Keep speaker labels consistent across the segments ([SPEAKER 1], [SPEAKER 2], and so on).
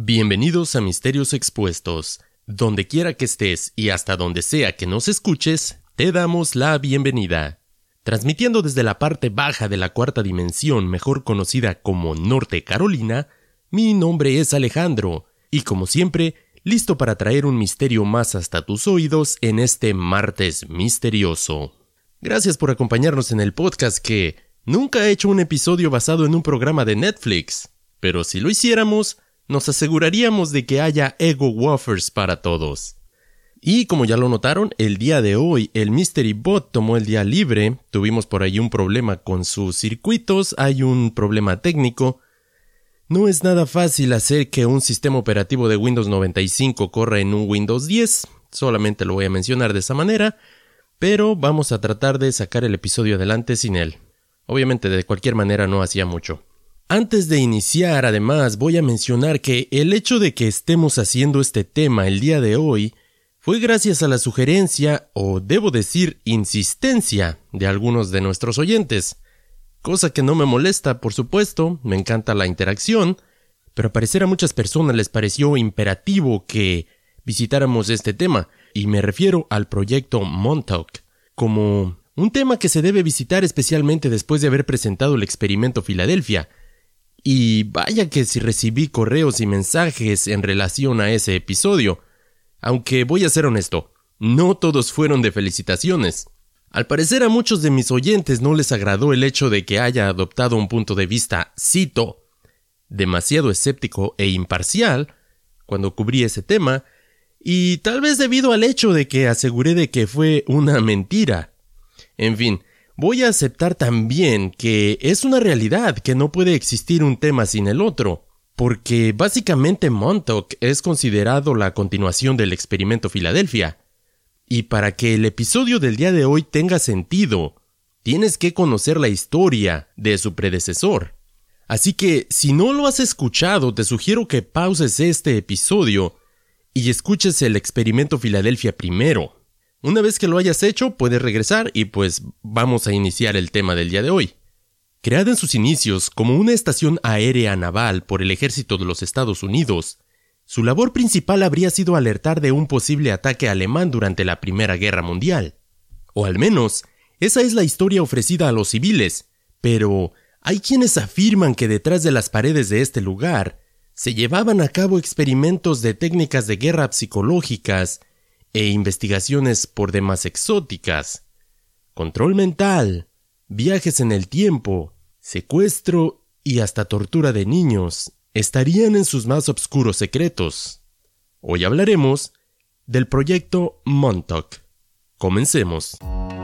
[SPEAKER 1] Bienvenidos a Misterios Expuestos. Donde quiera que estés y hasta donde sea que nos escuches, te damos la bienvenida. Transmitiendo desde la parte baja de la cuarta dimensión, mejor conocida como Norte Carolina, mi nombre es Alejandro, y como siempre, listo para traer un misterio más hasta tus oídos en este martes misterioso. Gracias por acompañarnos en el podcast que nunca ha hecho un episodio basado en un programa de Netflix, pero si lo hiciéramos, nos aseguraríamos de que haya ego wafers para todos. Y como ya lo notaron, el día de hoy el Mystery Bot tomó el día libre, tuvimos por ahí un problema con sus circuitos, hay un problema técnico. No es nada fácil hacer que un sistema operativo de Windows 95 corra en un Windows 10, solamente lo voy a mencionar de esa manera, pero vamos a tratar de sacar el episodio adelante sin él. Obviamente de cualquier manera no hacía mucho. Antes de iniciar, además, voy a mencionar que el hecho de que estemos haciendo este tema el día de hoy fue gracias a la sugerencia, o debo decir, insistencia de algunos de nuestros oyentes. Cosa que no me molesta, por supuesto, me encanta la interacción, pero al parecer a muchas personas les pareció imperativo que visitáramos este tema, y me refiero al proyecto Montauk, como un tema que se debe visitar especialmente después de haber presentado el experimento Filadelfia. Y vaya que si recibí correos y mensajes en relación a ese episodio. Aunque voy a ser honesto, no todos fueron de felicitaciones. Al parecer a muchos de mis oyentes no les agradó el hecho de que haya adoptado un punto de vista, cito, demasiado escéptico e imparcial cuando cubrí ese tema, y tal vez debido al hecho de que aseguré de que fue una mentira. En fin, voy a aceptar también que es una realidad que no puede existir un tema sin el otro, porque básicamente Montauk es considerado la continuación del experimento Filadelfia. Y para que el episodio del día de hoy tenga sentido, tienes que conocer la historia de su predecesor. Así que, si no lo has escuchado, te sugiero que pauses este episodio y escuches el experimento Filadelfia primero. Una vez que lo hayas hecho, puedes regresar y pues vamos a iniciar el tema del día de hoy. Creada en sus inicios como una estación aérea naval por el ejército de los Estados Unidos, su labor principal habría sido alertar de un posible ataque alemán durante la Primera Guerra Mundial. O al menos, esa es la historia ofrecida a los civiles, pero hay quienes afirman que detrás de las paredes de este lugar se llevaban a cabo experimentos de técnicas de guerra psicológicas e investigaciones por demás exóticas, control mental, viajes en el tiempo, secuestro y hasta tortura de niños estarían en sus más oscuros secretos. Hoy hablaremos del proyecto Montauk. Comencemos.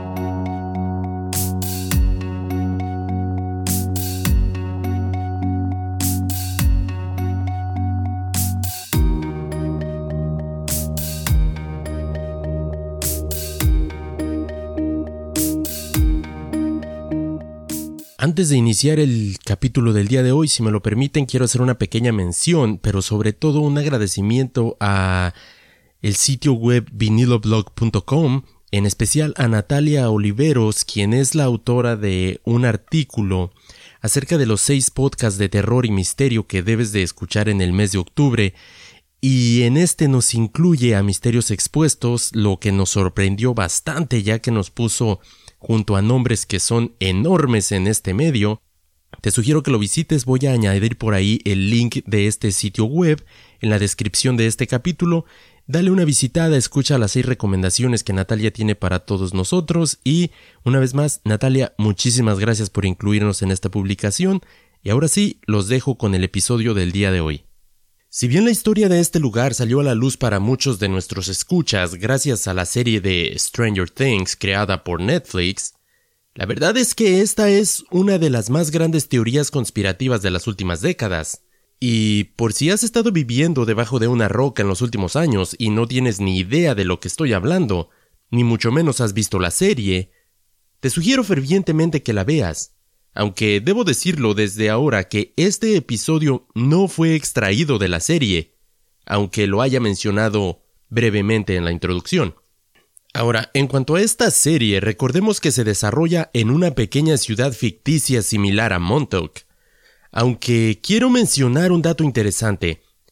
[SPEAKER 1] Antes de iniciar el capítulo del día de hoy, si me lo permiten, quiero hacer una pequeña mención, pero sobre todo un agradecimiento a el sitio web viniloblog.com, en especial a Natalia Oliveros, quien es la autora de un artículo acerca de los 6 podcasts de terror y misterio que debes de escuchar en el mes de octubre, y en este nos incluye a Misterios Expuestos, lo que nos sorprendió bastante ya que nos puso junto a nombres que son enormes en este medio. Te sugiero que lo visites, voy a añadir por ahí el link de este sitio web en la descripción de este capítulo. Dale una visitada, escucha las 6 recomendaciones que Natalia tiene para todos nosotros y, una vez más, Natalia, muchísimas gracias por incluirnos en esta publicación y ahora sí, los dejo con el episodio del día de hoy. Si bien la historia de este lugar salió a la luz para muchos de nuestros escuchas gracias a la serie de Stranger Things creada por Netflix, la verdad es que esta es una de las más grandes teorías conspirativas de las últimas décadas. Y por si has estado viviendo debajo de una roca en los últimos años y no tienes ni idea de lo que estoy hablando, ni mucho menos has visto la serie, te sugiero fervientemente que la veas. Aunque debo decirlo desde ahora que este episodio no fue extraído de la serie, aunque lo haya mencionado brevemente en la introducción. Ahora, en cuanto a esta serie, recordemos que se desarrolla en una pequeña ciudad ficticia similar a Montauk. Aunque quiero mencionar un dato interesante,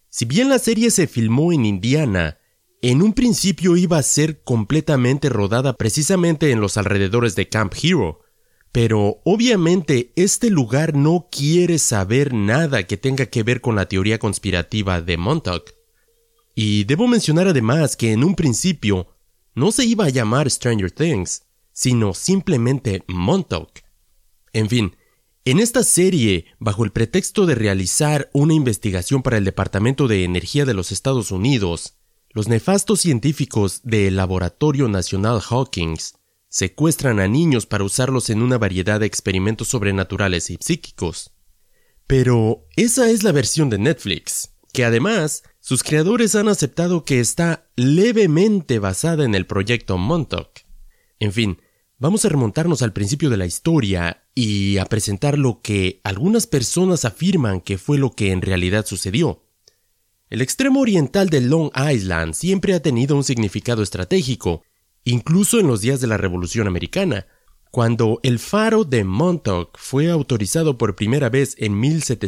[SPEAKER 1] Si bien la serie se filmó en Indiana, en un principio iba a ser completamente rodada precisamente en los alrededores de Camp Hero, pero obviamente este lugar no quiere saber nada que tenga que ver con la teoría conspirativa de Montauk. Y debo mencionar además que en un principio no se iba a llamar Stranger Things, sino simplemente Montauk. En fin, en esta serie, bajo el pretexto de realizar una investigación para el Departamento de Energía de los Estados Unidos, los nefastos científicos del Laboratorio Nacional Hawkins secuestran a niños para usarlos en una variedad de experimentos sobrenaturales y psíquicos. Pero esa es la versión de Netflix, que además sus creadores han aceptado que está levemente basada en el proyecto Montauk. En fin, vamos a remontarnos al principio de la historia y a presentar lo que algunas personas afirman que fue lo que en realidad sucedió. El extremo oriental de Long Island siempre ha tenido un significado estratégico, incluso en los días de la Revolución Americana, cuando el faro de Montauk fue autorizado por primera vez en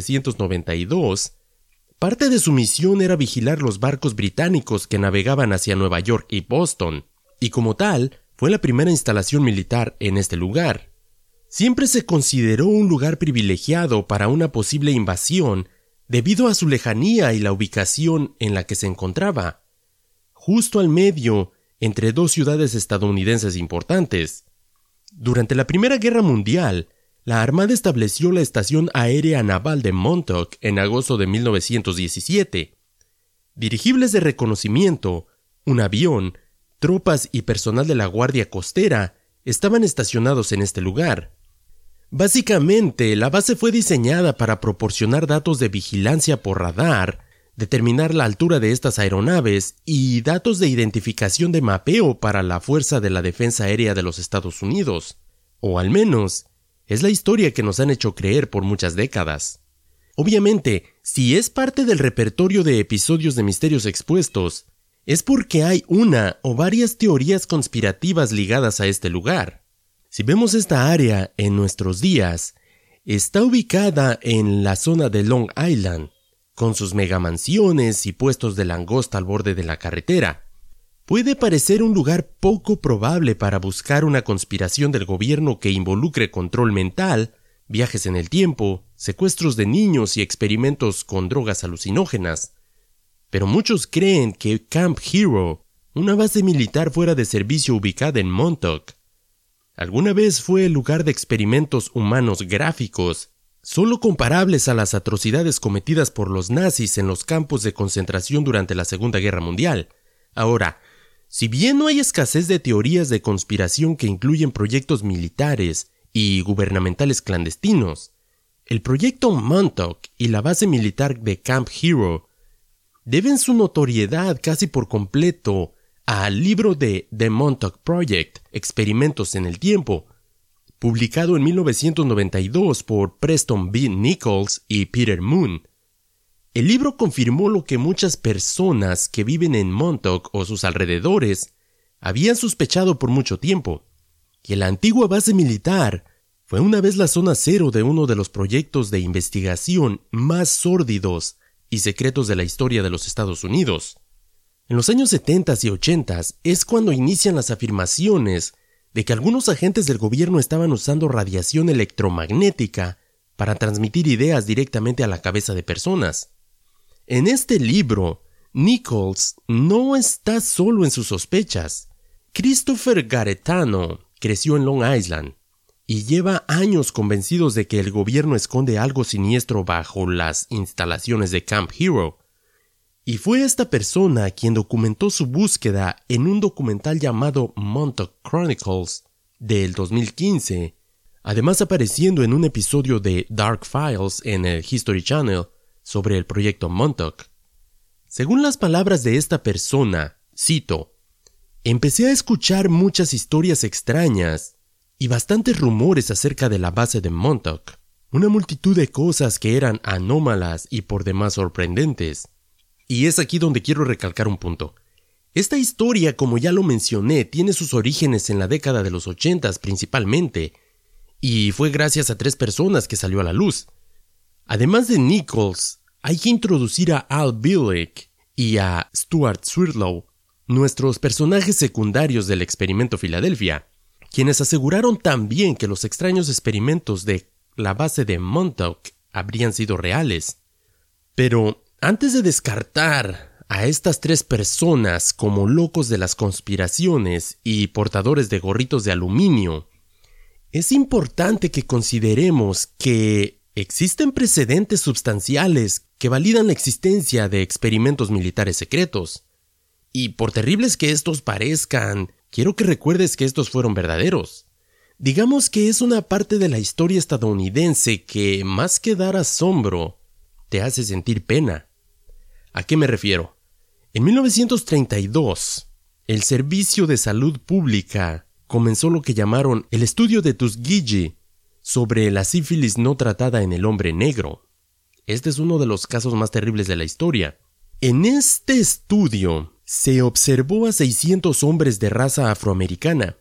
[SPEAKER 1] 1792. Parte de su misión era vigilar los barcos británicos que navegaban hacia Nueva York y Boston, y como tal, fue la primera instalación militar en este lugar. Siempre se consideró un lugar privilegiado para una posible invasión debido a su lejanía y la ubicación en la que se encontraba, justo al medio entre dos ciudades estadounidenses importantes. Durante la Primera Guerra Mundial, la Armada estableció la Estación Aérea Naval de Montauk en agosto de 1917. Dirigibles de reconocimiento, un avión, tropas y personal de la Guardia Costera estaban estacionados en este lugar. Básicamente, la base fue diseñada para proporcionar datos de vigilancia por radar, determinar la altura de estas aeronaves y datos de identificación de mapeo para la Fuerza de la Defensa Aérea de los Estados Unidos. O al menos, es la historia que nos han hecho creer por muchas décadas. Obviamente, si es parte del repertorio de episodios de Misterios Expuestos, es porque hay una o varias teorías conspirativas ligadas a este lugar. Si vemos esta área en nuestros días, está ubicada en la zona de Long Island, con sus megamansiones y puestos de langosta al borde de la carretera. Puede parecer un lugar poco probable para buscar una conspiración del gobierno que involucre control mental, viajes en el tiempo, secuestros de niños y experimentos con drogas alucinógenas. Pero muchos creen que Camp Hero, una base militar fuera de servicio ubicada en Montauk, alguna vez fue el lugar de experimentos humanos gráficos, solo comparables a las atrocidades cometidas por los nazis en los campos de concentración durante la Segunda Guerra Mundial. Ahora, si bien no hay escasez de teorías de conspiración que incluyen proyectos militares y gubernamentales clandestinos, el proyecto Montauk y la base militar de Camp Hero deben su notoriedad casi por completo al libro de The Montauk Project, Experimentos en el Tiempo, publicado en 1992 por Preston B. Nichols y Peter Moon. El libro confirmó lo que muchas personas que viven en Montauk o sus alrededores habían sospechado por mucho tiempo, que la antigua base militar fue una vez la zona cero de uno de los proyectos de investigación más sórdidos y secretos de la historia de los Estados Unidos. En los años 70 y 80 es cuando inician las afirmaciones de que algunos agentes del gobierno estaban usando radiación electromagnética para transmitir ideas directamente a la cabeza de personas. En este libro, Nichols no está solo en sus sospechas. Christopher Garetano creció en Long Island y lleva años convencidos de que el gobierno esconde algo siniestro bajo las instalaciones de Camp Hero. Y fue esta persona quien documentó su búsqueda en un documental llamado Montauk Chronicles del 2015, además apareciendo en un episodio de Dark Files en el History Channel sobre el proyecto Montauk. Según las palabras de esta persona, cito, empecé a escuchar muchas historias extrañas y bastantes rumores acerca de la base de Montauk, una multitud de cosas que eran anómalas y por demás sorprendentes. Y es aquí donde quiero recalcar un punto. Esta historia, como ya lo mencioné, tiene sus orígenes en la década de los 80s principalmente, y fue gracias a 3 personas que salió a la luz. Además de Nichols, hay que introducir a Al Bielek y a Stuart Swirlow, nuestros personajes secundarios del experimento Filadelfia, quienes aseguraron también que los extraños experimentos de la base de Montauk habrían sido reales. Pero antes de descartar a estas tres personas como locos de las conspiraciones y portadores de gorritos de aluminio, es importante que consideremos que existen precedentes sustanciales que validan la existencia de experimentos militares secretos. Y por terribles que estos parezcan, quiero que recuerdes que estos fueron verdaderos. Digamos que es una parte de la historia estadounidense que, más que dar asombro, te hace sentir pena. ¿A qué me refiero? En 1932, el Servicio de Salud Pública comenzó lo que llamaron el estudio de Tuskegee sobre la sífilis no tratada en el hombre negro. Este es uno de los casos más terribles de la historia. En este estudio se observó a 600 hombres de raza afroamericana,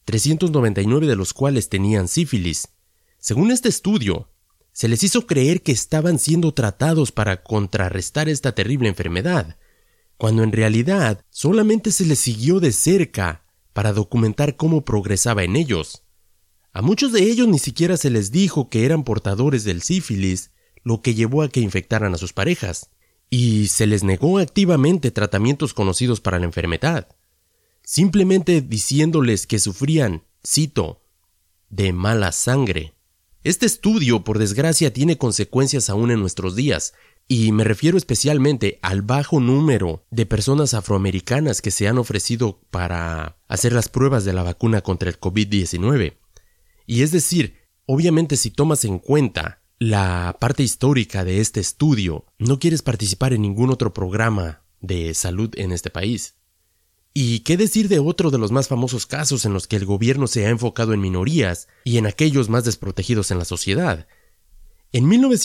[SPEAKER 1] 399 de los cuales tenían sífilis. Según este estudio, se les hizo creer que estaban siendo tratados para contrarrestar esta terrible enfermedad, cuando en realidad solamente se les siguió de cerca para documentar cómo progresaba en ellos. A muchos de ellos ni siquiera se les dijo que eran portadores del sífilis, lo que llevó a que infectaran a sus parejas, y se les negó activamente tratamientos conocidos para la enfermedad, simplemente diciéndoles que sufrían, cito, de mala sangre. Este estudio, por desgracia, tiene consecuencias aún en nuestros días, y me refiero especialmente al bajo número de personas afroamericanas que se han ofrecido para hacer las pruebas de la vacuna contra el COVID-19. Y es decir, obviamente si tomas en cuenta la parte histórica de este estudio, no quieres participar en ningún otro programa de salud en este país. ¿Y qué decir de otro de los más famosos casos en los que el gobierno se ha enfocado en minorías y en aquellos más desprotegidos en la sociedad? En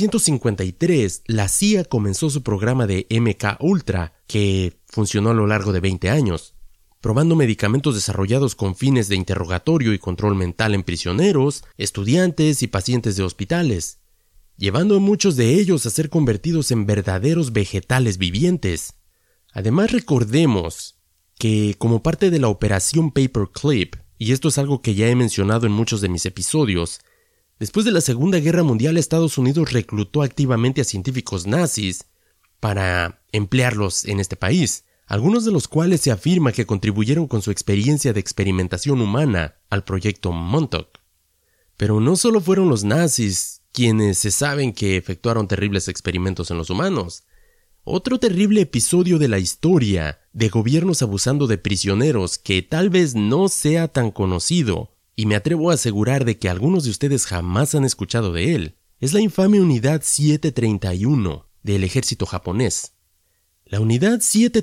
[SPEAKER 1] 1953, la CIA comenzó su programa de MK-Ultra, que funcionó a lo largo de 20 años, probando medicamentos desarrollados con fines de interrogatorio y control mental en prisioneros, estudiantes y pacientes de hospitales, llevando a muchos de ellos a ser convertidos en verdaderos vegetales vivientes. Además, recordemos que como parte de la operación Paperclip, y esto es algo que ya he mencionado en muchos de mis episodios, después de la Segunda Guerra Mundial Estados Unidos reclutó activamente a científicos nazis para emplearlos en este país, algunos de los cuales se afirma que contribuyeron con su experiencia de experimentación humana al proyecto Montauk. Pero no solo fueron los nazis quienes se saben que efectuaron terribles experimentos en los humanos. Otro terrible episodio de la historia de gobiernos abusando de prisioneros que tal vez no sea tan conocido, y me atrevo a asegurar de que algunos de ustedes jamás han escuchado de él, es la infame Unidad 731 del ejército japonés. La Unidad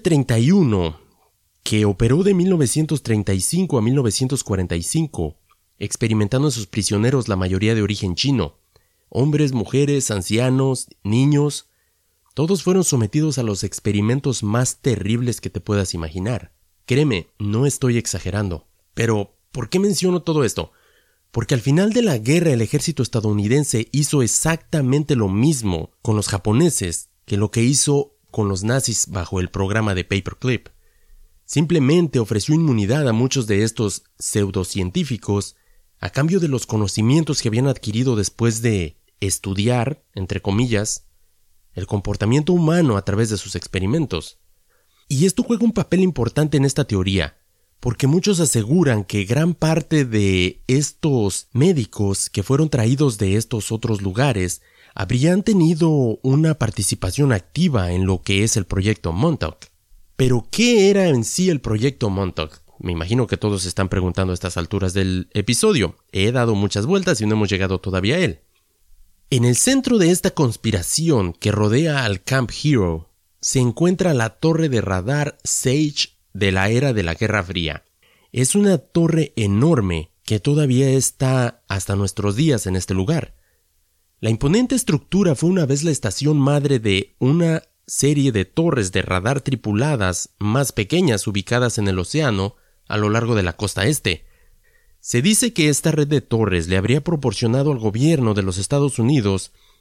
[SPEAKER 1] 731, que operó de 1935 a 1945, experimentando en sus prisioneros la mayoría de origen chino, hombres, mujeres, ancianos, niños, todos fueron sometidos a los experimentos más terribles que te puedas imaginar. Créeme, no estoy exagerando. Pero, ¿por qué menciono todo esto? Porque al final de la guerra el ejército estadounidense hizo exactamente lo mismo con los japoneses que lo que hizo con los nazis bajo el programa de Paperclip. Simplemente ofreció inmunidad a muchos de estos pseudocientíficos a cambio de los conocimientos que habían adquirido después de estudiar, entre comillas, el comportamiento humano a través de sus experimentos. Y esto juega un papel importante en esta teoría, porque muchos aseguran que gran parte de estos médicos que fueron traídos de estos otros lugares habrían tenido una participación activa en lo que es el proyecto Montauk. Pero, ¿qué era en sí el proyecto Montauk? Me imagino que todos se están preguntando a estas alturas del episodio. He dado muchas vueltas y no hemos llegado todavía a él. En el centro de esta conspiración que rodea al Camp Hero se encuentra la torre de radar Sage de la era de la Guerra Fría. Es una torre enorme que todavía está hasta nuestros días en este lugar. La imponente estructura fue una vez la estación madre de una serie de torres de radar tripuladas más pequeñas ubicadas en el océano a lo largo de la costa este. Se dice que esta red de torres le habría proporcionado al gobierno de los Estados Unidos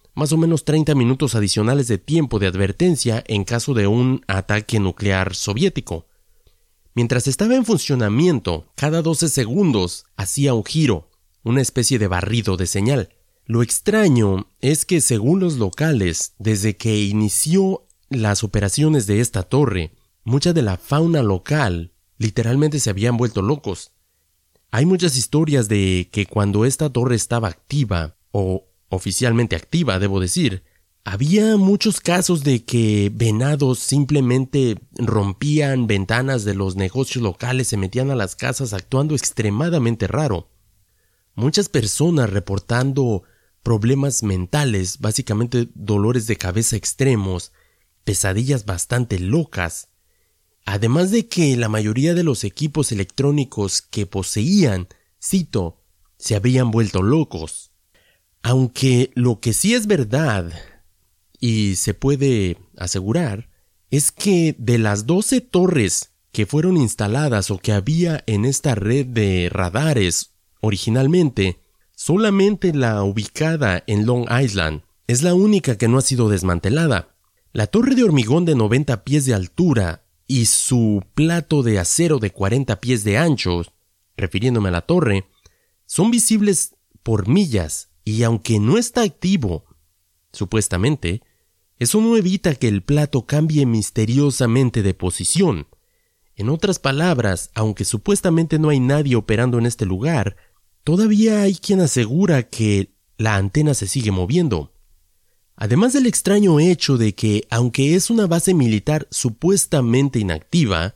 [SPEAKER 1] más o menos 30 minutos adicionales de tiempo de advertencia en caso de un ataque nuclear soviético. Mientras estaba en funcionamiento, cada 12 segundos hacía un giro, una especie de barrido de señal. Lo extraño es que, según los locales, desde que inició las operaciones de esta torre, mucha de la fauna local literalmente se habían vuelto locos. Hay muchas historias de que cuando esta torre estaba activa, o oficialmente activa, debo decir, había muchos casos de que venados simplemente rompían ventanas de los negocios locales, se metían a las casas actuando extremadamente raro. Muchas personas reportando problemas mentales, básicamente dolores de cabeza extremos, pesadillas bastante locas. Además de que la mayoría de los equipos electrónicos que poseían, cito, se habían vuelto locos. Aunque lo que sí es verdad, y se puede asegurar, es que de las 12 torres que fueron instaladas o que había en esta red de radares originalmente, solamente la ubicada en Long Island es la única que no ha sido desmantelada. La torre de hormigón de 90 pies de altura y su plato de acero de 40 pies de ancho, refiriéndome a la torre, son visibles por millas y aunque no está activo, supuestamente, eso no evita que el plato cambie misteriosamente de posición. En otras palabras, aunque supuestamente no hay nadie operando en este lugar, todavía hay quien asegura que la antena se sigue moviendo. Además del extraño hecho de que, aunque es una base militar supuestamente inactiva,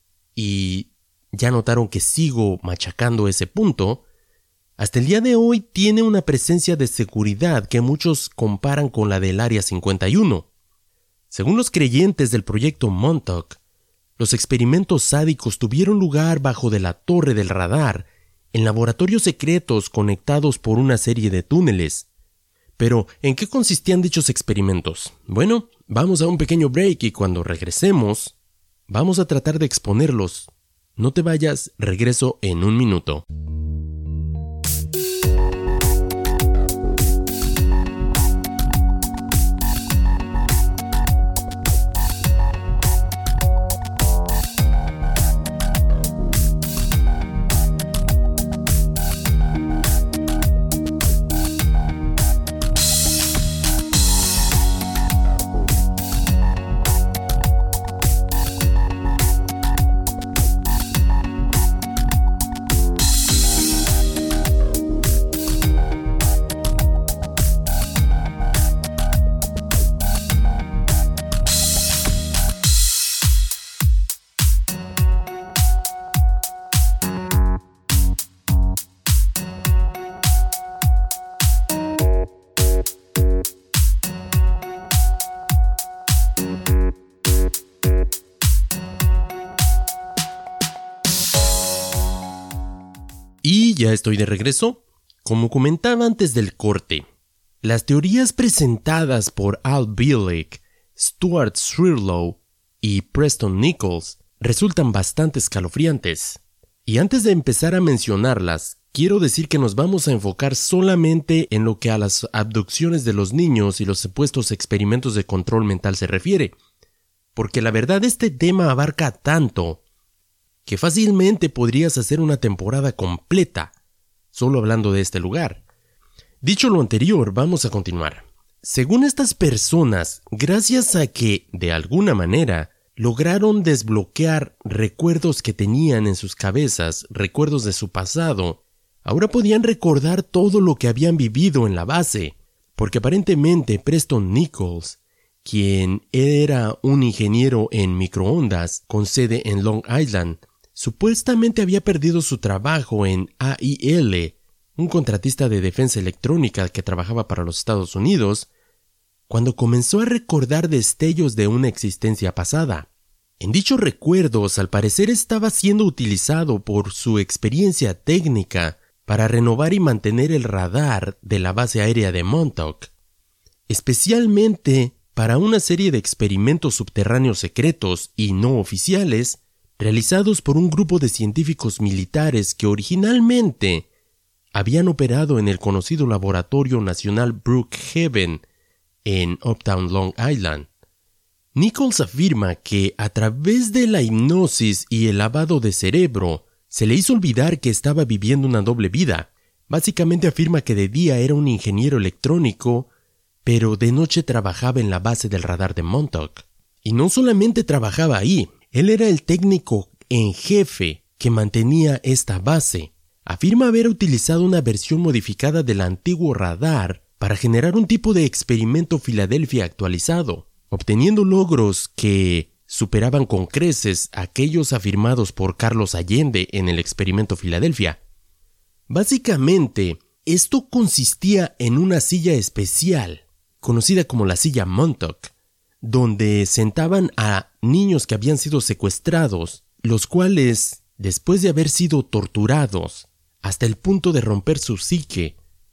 [SPEAKER 1] y ya notaron que sigo machacando ese punto, hasta el día de hoy tiene una presencia de seguridad que muchos comparan con la del Área 51. Según los creyentes del proyecto Montauk, los experimentos sádicos tuvieron lugar bajo de la torre del radar, en laboratorios secretos conectados por una serie de túneles. Pero, ¿en qué consistían dichos experimentos? Bueno, vamos a un pequeño break y cuando regresemos, vamos a tratar de exponerlos. No te vayas, regreso en un minuto. Y ya estoy de regreso. Como comentaba antes del corte, las teorías presentadas por Al Bielek, Stuart Swirlow y Preston Nichols resultan bastante escalofriantes. Y antes de empezar a mencionarlas, quiero decir que nos vamos a enfocar solamente en lo que a las abducciones de los niños y los supuestos experimentos de control mental se refiere, porque la verdad este tema abarca tanto que fácilmente podrías hacer una temporada completa solo hablando de este lugar. Dicho lo anterior, vamos a continuar. Según estas personas, gracias a que, de alguna manera, lograron desbloquear recuerdos que tenían en sus cabezas, recuerdos de su pasado, ahora podían recordar todo lo que habían vivido en la base, porque aparentemente Preston Nichols, quien era un ingeniero en microondas con sede en Long Island, supuestamente había perdido su trabajo en AIL, un contratista de defensa electrónica que trabajaba para los Estados Unidos, cuando comenzó a recordar destellos de una existencia pasada. En dichos recuerdos, al parecer estaba siendo utilizado por su experiencia técnica para renovar y mantener el radar de la base aérea de Montauk, especialmente para una serie de experimentos subterráneos secretos y no oficiales realizados por un grupo de científicos militares que originalmente habían operado en el conocido Laboratorio Nacional Brookhaven en Uptown Long Island. Nichols afirma que a través de la hipnosis y el lavado de cerebro se le hizo olvidar que estaba viviendo una doble vida. Básicamente afirma que de día era un ingeniero electrónico, pero de noche trabajaba en la base del radar de Montauk. Y no solamente trabajaba ahí, él era el técnico en jefe que mantenía esta base. Afirma haber utilizado una versión modificada del antiguo radar para generar un tipo de experimento Filadelfia actualizado, obteniendo logros que superaban con creces aquellos afirmados por Carlos Allende en el experimento Filadelfia. Básicamente, esto consistía en una silla especial, conocida como la silla Montauk, donde sentaban a niños que habían sido secuestrados, los cuales, después de haber sido torturados hasta el punto de romper su psique,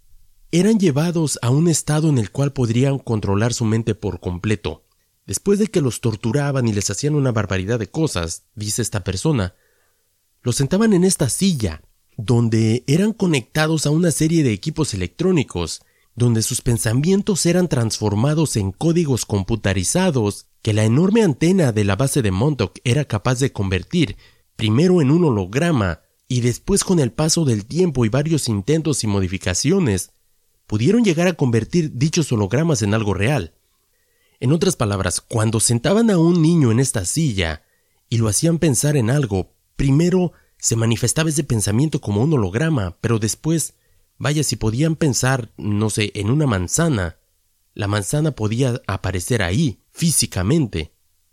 [SPEAKER 1] eran llevados a un estado en el cual podrían controlar su mente por completo. Después de que los torturaban y les hacían una barbaridad de cosas, dice esta persona, los sentaban en esta silla, donde eran conectados a una serie de equipos electrónicos, donde sus pensamientos eran transformados en códigos computarizados que la enorme antena de la base de Montauk era capaz de convertir, primero en un holograma, y después con el paso del tiempo y varios intentos y modificaciones, pudieron llegar a convertir dichos hologramas en algo real. En otras palabras, cuando sentaban a un niño en esta silla y lo hacían pensar en algo, primero se manifestaba ese pensamiento como un holograma, pero después, vaya, si podían pensar, no sé, en una manzana, la manzana podía aparecer ahí, físicamente.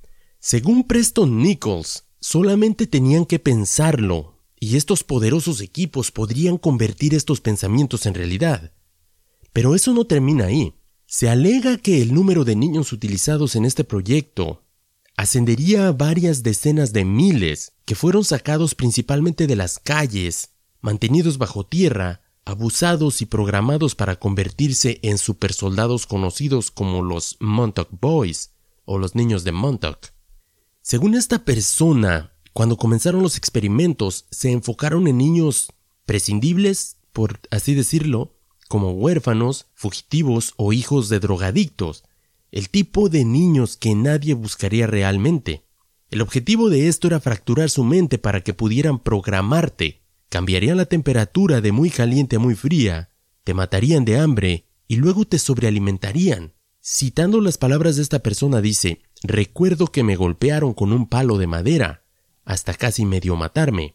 [SPEAKER 1] Según Preston Nichols, solamente tenían que pensarlo, y estos poderosos equipos podrían convertir estos pensamientos en realidad. Pero eso no termina ahí. Se alega que el número de niños utilizados en este proyecto ascendería a varias decenas de miles que fueron sacados principalmente de las calles, mantenidos bajo tierra, abusados y programados para convertirse en supersoldados conocidos como los Montauk Boys o los niños de Montauk. Según esta persona, cuando comenzaron los experimentos se enfocaron en niños prescindibles, por así decirlo, como huérfanos, fugitivos o hijos de drogadictos, el tipo de niños que nadie buscaría realmente. El objetivo de esto era fracturar su mente para que pudieran programarte, cambiarían la temperatura de muy caliente a muy fría, te matarían de hambre y luego te sobrealimentarían. Citando las palabras de esta persona dice, recuerdo que me golpearon con un palo de madera, hasta casi medio matarme.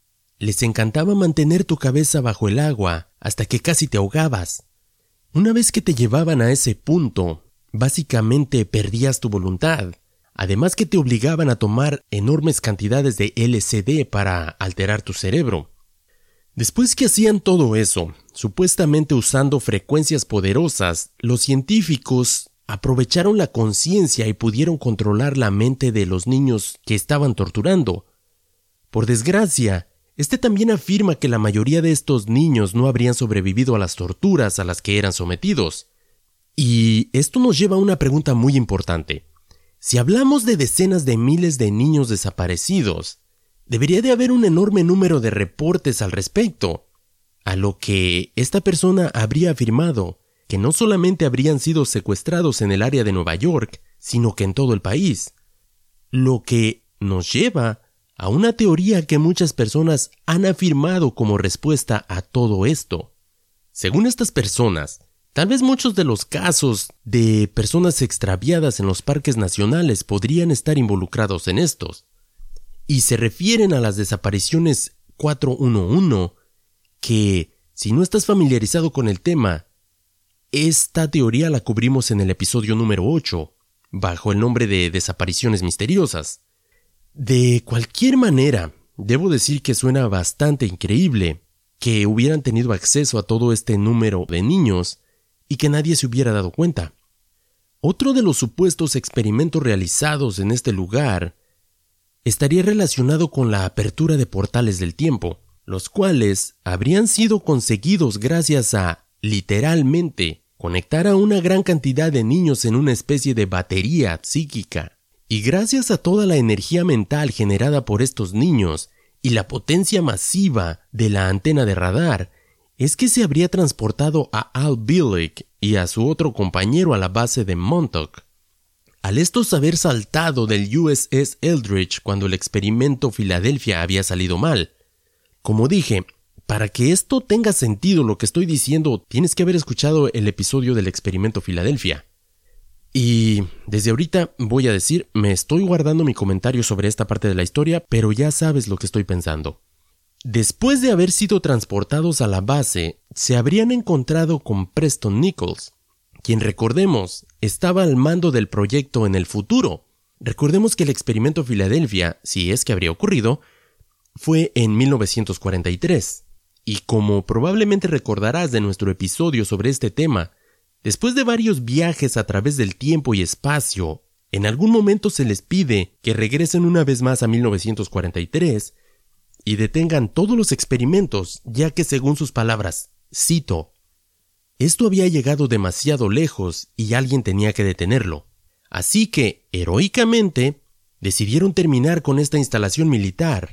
[SPEAKER 1] Les encantaba mantener tu cabeza bajo el agua hasta que casi te ahogabas. Una vez que te llevaban a ese punto, básicamente perdías tu voluntad. Además que te obligaban a tomar enormes cantidades de LSD para alterar tu cerebro. Después que hacían todo eso, supuestamente usando frecuencias poderosas, los científicos aprovecharon la conciencia y pudieron controlar la mente de los niños que estaban torturando. Por desgracia, este también afirma que la mayoría de estos niños no habrían sobrevivido a las torturas a las que eran sometidos. Y esto nos lleva a una pregunta muy importante. Si hablamos de decenas de miles de niños desaparecidos, debería de haber un enorme número de reportes al respecto, a lo que esta persona habría afirmado que no solamente habrían sido secuestrados en el área de Nueva York, sino que en todo el país, lo que nos lleva a una teoría que muchas personas han afirmado como respuesta a todo esto. Según estas personas, tal vez muchos de los casos de personas extraviadas en los parques nacionales podrían estar involucrados en estos. Y se refieren a las desapariciones 411, que, si no estás familiarizado con el tema, esta teoría la cubrimos en el episodio número 8, bajo el nombre de desapariciones misteriosas. De cualquier manera, debo decir que suena bastante increíble que hubieran tenido acceso a todo este número de niños y que nadie se hubiera dado cuenta. Otro de los supuestos experimentos realizados en este lugar estaría relacionado con la apertura de portales del tiempo, los cuales habrían sido conseguidos gracias a, literalmente, conectar a una gran cantidad de niños en una especie de batería psíquica. Y gracias a toda la energía mental generada por estos niños y la potencia masiva de la antena de radar, es que se habría transportado a Al Bielek y a su otro compañero a la base de Montauk. Al estos haber saltado del USS Eldridge cuando el experimento Filadelfia había salido mal. Como dije, para que esto tenga sentido lo que estoy diciendo, tienes que haber escuchado el episodio del experimento Filadelfia. Y desde ahorita voy a decir, me estoy guardando mi comentario sobre esta parte de la historia, pero ya sabes lo que estoy pensando. Después de haber sido transportados a la base, se habrían encontrado con Preston Nichols, quien, recordemos, estaba al mando del proyecto en el futuro. Recordemos que el experimento Filadelfia, si es que habría ocurrido, fue en 1943. Y como probablemente recordarás de nuestro episodio sobre este tema, después de varios viajes a través del tiempo y espacio, en algún momento se les pide que regresen una vez más a 1943 y detengan todos los experimentos, ya que según sus palabras, cito, esto había llegado demasiado lejos y alguien tenía que detenerlo. Así que, heroicamente, decidieron terminar con esta instalación militar.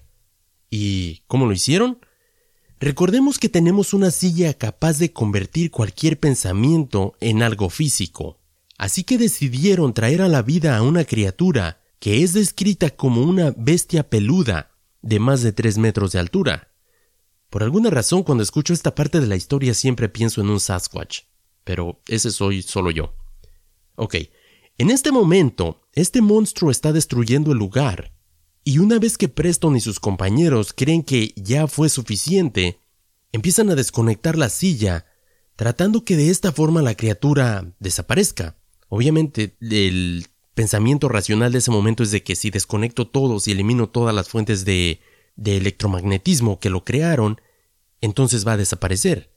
[SPEAKER 1] ¿Y cómo lo hicieron? Recordemos que tenemos una silla capaz de convertir cualquier pensamiento en algo físico. Así que decidieron traer a la vida a una criatura que es descrita como una bestia peluda de más de 3 metros de altura. Por alguna razón, cuando escucho esta parte de la historia siempre pienso en un Sasquatch, pero ese soy solo yo. Ok, en este momento, este monstruo está destruyendo el lugar, y una vez que Preston y sus compañeros creen que ya fue suficiente, empiezan a desconectar la silla, tratando que de esta forma la criatura desaparezca. Obviamente, el pensamiento racional de ese momento es de que si desconecto todos y elimino todas las fuentes de electromagnetismo que lo crearon, entonces va a desaparecer.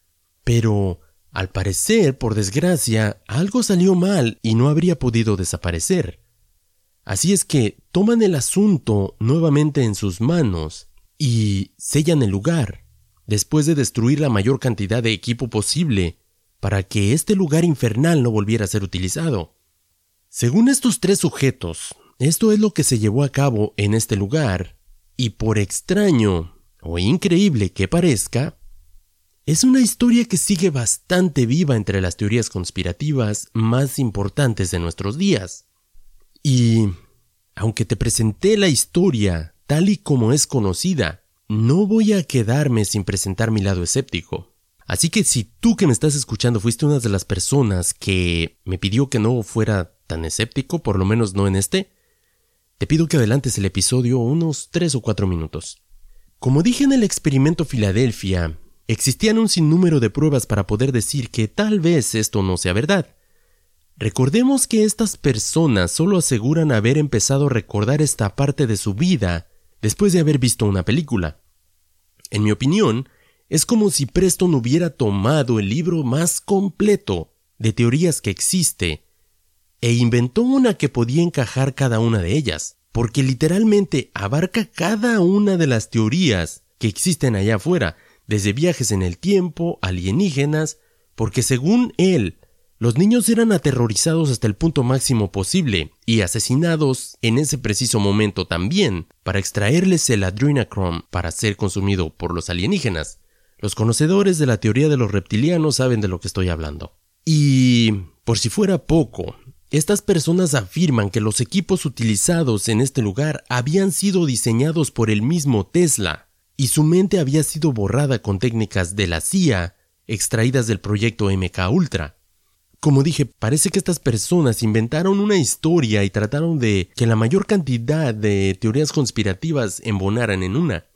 [SPEAKER 1] Pero, al parecer, por desgracia, algo salió mal y no habría podido desaparecer. Así es que toman el asunto nuevamente en sus manos y sellan el lugar, después de destruir la mayor cantidad de equipo posible para que este lugar infernal no volviera a ser utilizado. Según estos 3 sujetos, esto es lo que se llevó a cabo en este lugar, y por extraño o increíble que parezca, es una historia que sigue bastante viva entre las teorías conspirativas más importantes de nuestros días. Y, aunque te presenté la historia tal y como es conocida, no voy a quedarme sin presentar mi lado escéptico. Así que si tú que me estás escuchando fuiste una de las personas que me pidió que no fuera tan escéptico, por lo menos no en este, te pido que adelantes el episodio unos 3 o 4 minutos. Como dije en el experimento Filadelfia, existían un sinnúmero de pruebas para poder decir que tal vez esto no sea verdad. Recordemos que estas personas solo aseguran haber empezado a recordar esta parte de su vida después de haber visto una película. En mi opinión, es como si Preston hubiera tomado el libro más completo de teorías que existe e inventó una que podía encajar cada una de ellas, porque literalmente abarca cada una de las teorías que existen allá afuera, desde viajes en el tiempo, alienígenas, porque según él, los niños eran aterrorizados hasta el punto máximo posible y asesinados en ese preciso momento también para extraerles el adrenochrome para ser consumido por los alienígenas. Los conocedores de la teoría de los reptilianos saben de lo que estoy hablando. Y, por si fuera poco, estas personas afirman que los equipos utilizados en este lugar habían sido diseñados por el mismo Tesla y su mente había sido borrada con técnicas de la CIA extraídas del proyecto MK Ultra. Como dije, parece que estas personas inventaron una historia y trataron de que la mayor cantidad de teorías conspirativas embonaran en una.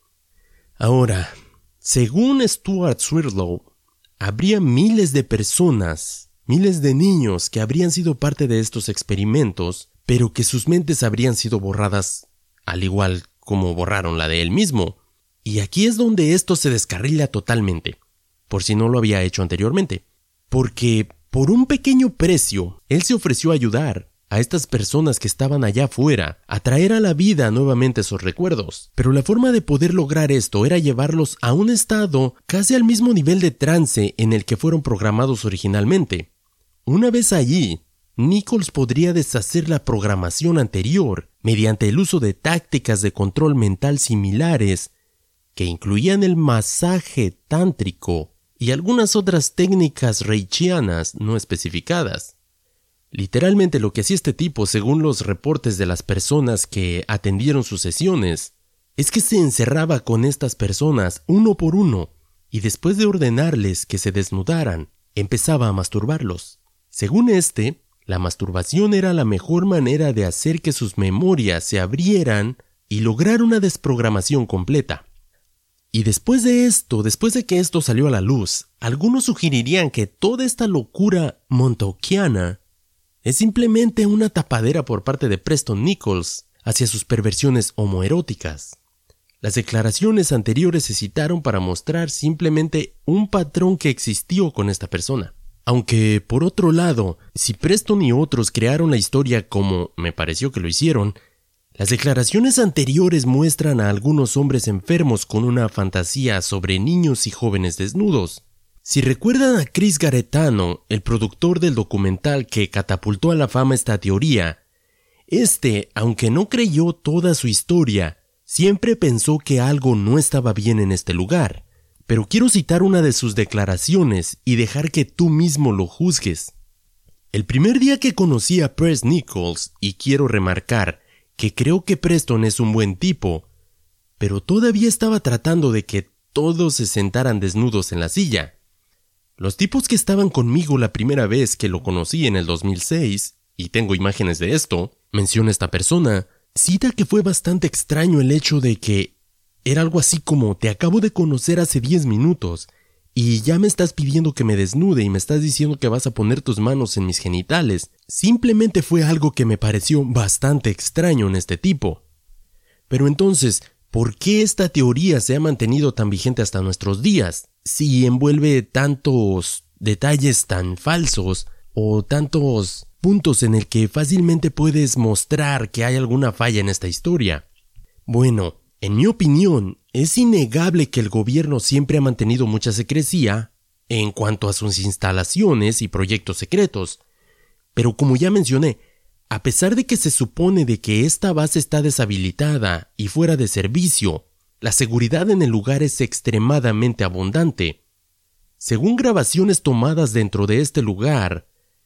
[SPEAKER 1] Ahora, según Stuart Swirlow, habría miles de personas, miles de niños que habrían sido parte de estos experimentos, pero que sus mentes habrían sido borradas al igual como borraron la de él mismo. Y aquí es donde esto se descarrila totalmente, por si no lo había hecho anteriormente, porque por un pequeño precio, él se ofreció a ayudar a estas personas que estaban allá afuera a traer a la vida nuevamente esos recuerdos. Pero la forma de poder lograr esto era llevarlos a un estado casi al mismo nivel de trance en el que fueron programados originalmente. Una vez allí, Nichols podría deshacer la programación anterior mediante el uso de tácticas de control mental similares que incluían el masaje tántrico y algunas otras técnicas reichianas no especificadas. Literalmente lo que hacía este tipo, según los reportes de las personas que atendieron sus sesiones, es que se encerraba con estas personas uno por uno y después de ordenarles que se desnudaran, empezaba a masturbarlos. Según la masturbación era la mejor manera de hacer que sus memorias se abrieran y lograr una desprogramación completa. Y después de que esto salió a la luz, algunos sugerirían que toda esta locura montauquiana es simplemente una tapadera por parte de Preston Nichols hacia sus perversiones homoeróticas. Las declaraciones anteriores se citaron para mostrar simplemente un patrón que existió con esta persona. Aunque, por otro lado, si Preston y otros crearon la historia como me pareció que lo hicieron, las declaraciones anteriores muestran a algunos hombres enfermos con una fantasía sobre niños y jóvenes desnudos. Si recuerdan a Chris Garetano, el productor del documental que catapultó a la fama esta teoría, aunque no creyó toda su historia, siempre pensó que algo no estaba bien en este lugar. Pero quiero citar una de sus declaraciones y dejar que tú mismo lo juzgues. El primer día que conocí a Preston Nichols, y quiero remarcar que creo que Preston es un buen tipo, pero todavía estaba tratando de que todos se sentaran desnudos en la silla. Los tipos que estaban conmigo la primera vez que lo conocí en el 2006, y tengo imágenes de esto, menciona esta persona, cita que fue bastante extraño el hecho de que era algo así como te acabo de conocer hace 10 minutos y ya me estás pidiendo que me desnude y me estás diciendo que vas a poner tus manos en mis genitales. Simplemente fue algo que me pareció bastante extraño en este tipo. Pero entonces, ¿por qué esta teoría se ha mantenido tan vigente hasta nuestros días? Si envuelve tantos detalles tan falsos o tantos puntos en el que fácilmente puedes mostrar que hay alguna falla en esta historia. Bueno, en mi opinión, es innegable que el gobierno siempre ha mantenido mucha secrecía en cuanto a sus instalaciones y proyectos secretos. Pero como ya mencioné, a pesar de que se supone de que esta base está deshabilitada y fuera de servicio, la seguridad en el lugar es extremadamente abundante. Según grabaciones tomadas dentro de este lugar,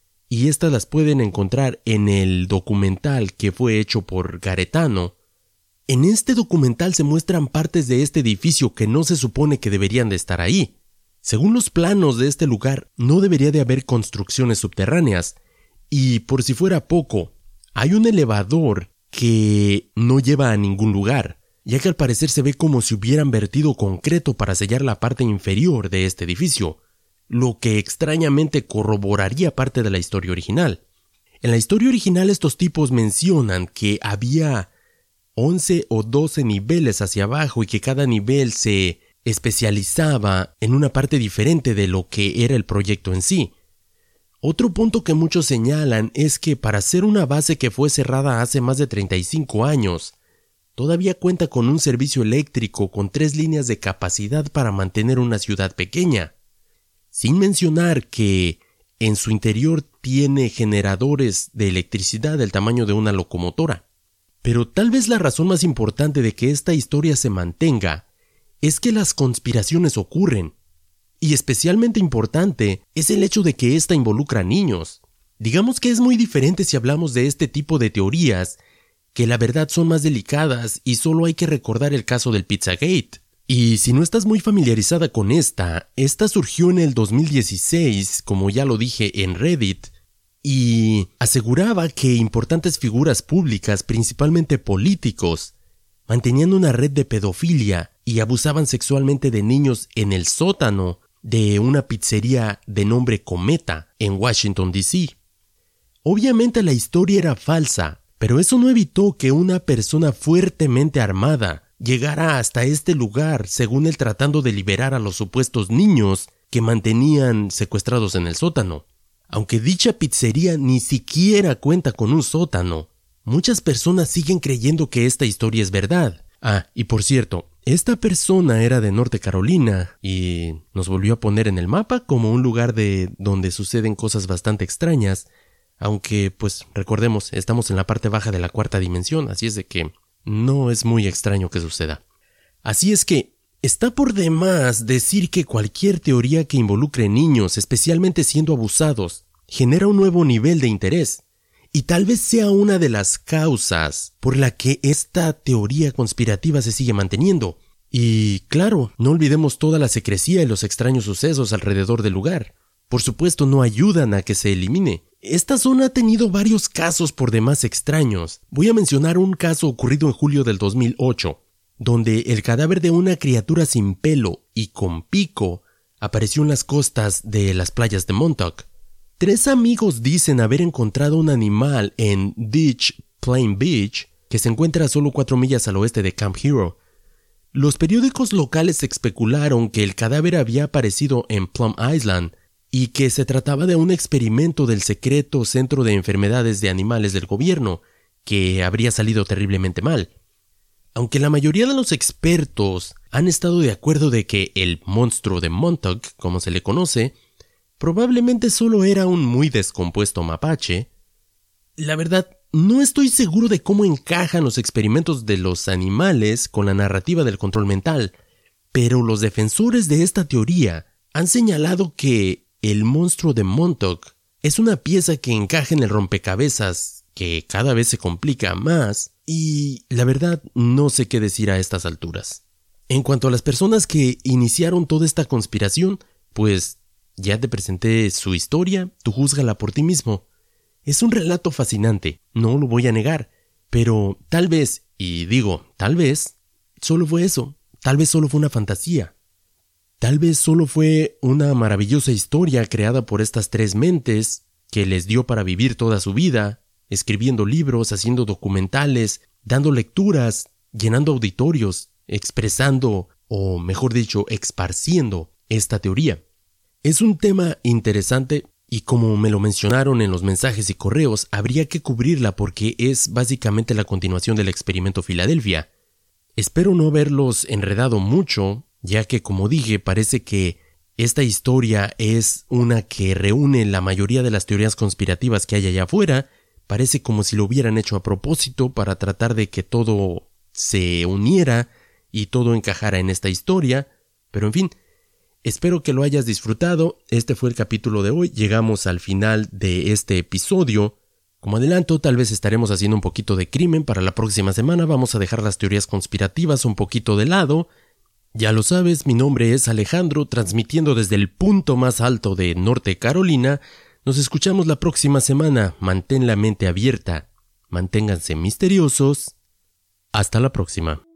[SPEAKER 1] y estas las pueden encontrar en el documental que fue hecho por Garetano, en este documental se muestran partes de este edificio que no se supone que deberían de estar ahí. Según los planos de este lugar, no debería de haber construcciones subterráneas. Y por si fuera poco, hay un elevador que no lleva a ningún lugar, ya que al parecer se ve como si hubieran vertido concreto para sellar la parte inferior de este edificio, lo que extrañamente corroboraría parte de la historia original. En la historia original estos tipos mencionan que había 11 o 12 niveles hacia abajo y que cada nivel se especializaba en una parte diferente de lo que era el proyecto en sí. Otro punto que muchos señalan es que para ser una base que fue cerrada hace más de 35 años, todavía cuenta con un servicio eléctrico con 3 líneas de capacidad para mantener una ciudad pequeña, sin mencionar que en su interior tiene generadores de electricidad del tamaño de una locomotora. Pero tal vez la razón más importante de que esta historia se mantenga es que las conspiraciones ocurren. Y especialmente importante es el hecho de que esta involucra a niños. Digamos que es muy diferente si hablamos de este tipo de teorías, que la verdad son más delicadas y solo hay que recordar el caso del Pizzagate. Y si no estás muy familiarizada con esta surgió en el 2016, como ya lo dije en Reddit, y aseguraba que importantes figuras públicas, principalmente políticos, mantenían una red de pedofilia y abusaban sexualmente de niños en el sótano de una pizzería de nombre Cometa en Washington, D.C. Obviamente la historia era falsa, pero eso no evitó que una persona fuertemente armada llegara hasta este lugar, según él tratando de liberar a los supuestos niños que mantenían secuestrados en el sótano. Aunque dicha pizzería ni siquiera cuenta con un sótano, muchas personas siguen creyendo que esta historia es verdad. Ah, y por cierto, esta persona era de Norte Carolina y nos volvió a poner en el mapa como un lugar donde suceden cosas bastante extrañas, aunque pues recordemos, estamos en la parte baja de la 4ª dimensión, así es de que no es muy extraño que suceda. Así es que Está por demás decir que cualquier teoría que involucre niños, especialmente siendo abusados, genera un nuevo nivel de interés. Y tal vez sea una de las causas por la que esta teoría conspirativa se sigue manteniendo. Y claro, no olvidemos toda la secrecía y los extraños sucesos alrededor del lugar. Por supuesto, no ayudan a que se elimine. Esta zona ha tenido varios casos por demás extraños. Voy a mencionar un caso ocurrido en julio del 2008, donde el cadáver de una criatura sin pelo y con pico apareció en las costas de las playas de Montauk. 3 amigos dicen haber encontrado un animal en Ditch Plain Beach, que se encuentra a solo 4 millas al oeste de Camp Hero. Los periódicos locales especularon que el cadáver había aparecido en Plum Island y que se trataba de un experimento del secreto Centro de Enfermedades de Animales del gobierno, que habría salido terriblemente mal. Aunque la mayoría de los expertos han estado de acuerdo de que el monstruo de Montauk, como se le conoce, probablemente solo era un muy descompuesto mapache, la verdad, no estoy seguro de cómo encajan los experimentos de los animales con la narrativa del control mental, pero los defensores de esta teoría han señalado que el monstruo de Montauk es una pieza que encaja en el rompecabezas que cada vez se complica más y, la verdad, no sé qué decir a estas alturas. En cuanto a las personas que iniciaron toda esta conspiración, pues ya te presenté su historia, tú júzgala por ti mismo. Es un relato fascinante, no lo voy a negar, pero tal vez, y digo tal vez, solo fue eso, tal vez solo fue una fantasía. Tal vez solo fue una maravillosa historia creada por estas 3 mentes que les dio para vivir toda su vida, escribiendo libros, haciendo documentales, dando lecturas, llenando auditorios, expresando, o mejor dicho, esparciendo esta teoría. Es un tema interesante y como me lo mencionaron en los mensajes y correos, habría que cubrirla porque es básicamente la continuación del experimento Filadelfia. Espero no haberlos enredado mucho, ya que como dije, parece que esta historia es una que reúne la mayoría de las teorías conspirativas que hay allá afuera. Parece como si lo hubieran hecho a propósito para tratar de que todo se uniera y todo encajara en esta historia, pero en fin, espero que lo hayas disfrutado. Este fue el capítulo de hoy, llegamos al final de este episodio. Como adelanto, tal vez estaremos haciendo un poquito de crimen para la próxima semana, vamos a dejar las teorías conspirativas un poquito de lado. Ya lo sabes, mi nombre es Alejandro, transmitiendo desde el punto más alto de Norte Carolina. Nos escuchamos la próxima semana, mantén la mente abierta, manténganse misteriosos. Hasta la próxima.